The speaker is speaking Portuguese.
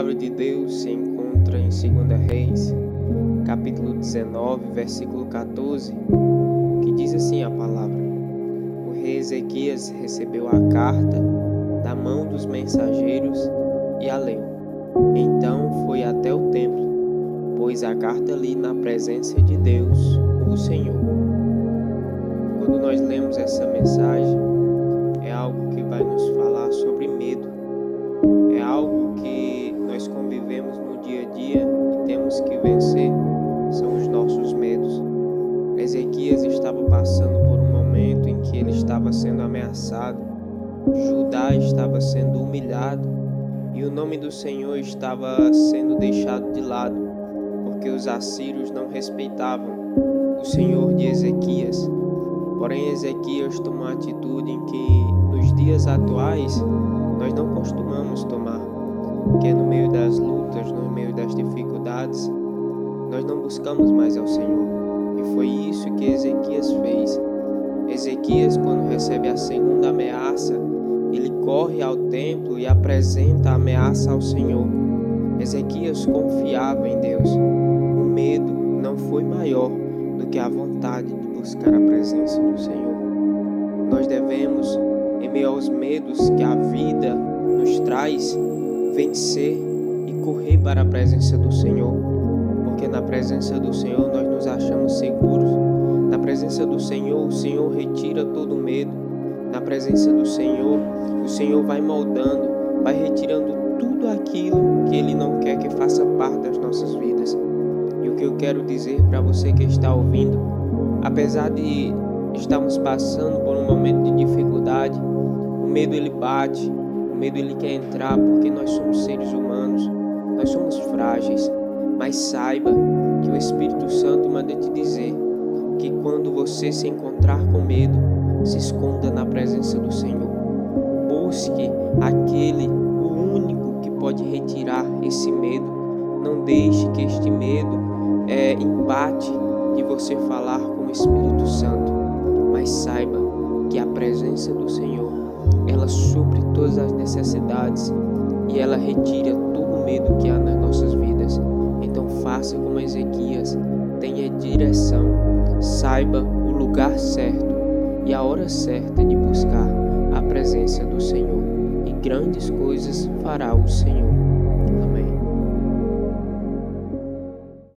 palavra de Deus se encontra em 2 Reis, capítulo 19, versículo 14, que diz assim a palavra: O rei Ezequias recebeu a carta da mão dos mensageiros e a leu. Então foi até o templo, pôs a carta ali na presença de Deus, o Senhor. Quando nós lemos essa mensagem, é algo que vai nos falar sobre medo. É algo que nós convivemos no dia a dia e temos que vencer, são os nossos medos. Ezequias estava passando por um momento em que ele estava sendo ameaçado, Judá estava sendo humilhado e o nome do Senhor estava sendo deixado de lado, porque os assírios não respeitavam o Senhor de Ezequias. Porém, Ezequias tomou uma atitude em que, nos dias atuais, nós não costumamos tomar, que é no meio das lutas, no meio das dificuldades, nós não buscamos mais ao Senhor. E foi isso que Ezequias fez. Ezequias, quando recebe a segunda ameaça, ele corre ao templo e apresenta a ameaça ao Senhor. Ezequias confiava em Deus. O medo não foi maior do que a vontade de buscar a presença do Senhor. Nós devemos, em meio aos medos que a vida nos traz, vencer e correr para a presença do Senhor, porque na presença do Senhor nós nos achamos seguros. Na presença do Senhor, o Senhor retira todo medo. Na presença do Senhor, o Senhor vai moldando, vai retirando tudo aquilo que Ele não quer que faça parte das nossas vidas. E o que eu quero dizer para você que está ouvindo, apesar de estarmos passando por um momento de dificuldade, o medo ele bate, o medo ele quer entrar, porque nós somos seres humanos, nós somos frágeis, mas saiba que o Espírito Santo manda te dizer que quando você se encontrar com medo, se esconda na presença do Senhor. Busque aquele, o único que pode retirar esse medo. Não deixe que este medo empate de você falar com o Espírito Santo, mas saiba que a presença do Senhor, ela supre todas as necessidades e ela retira todo o medo que há nas nossas vidas. Então faça como Ezequias, tenha direção, saiba o lugar certo e a hora certa de buscar a presença do Senhor, e grandes coisas fará o Senhor.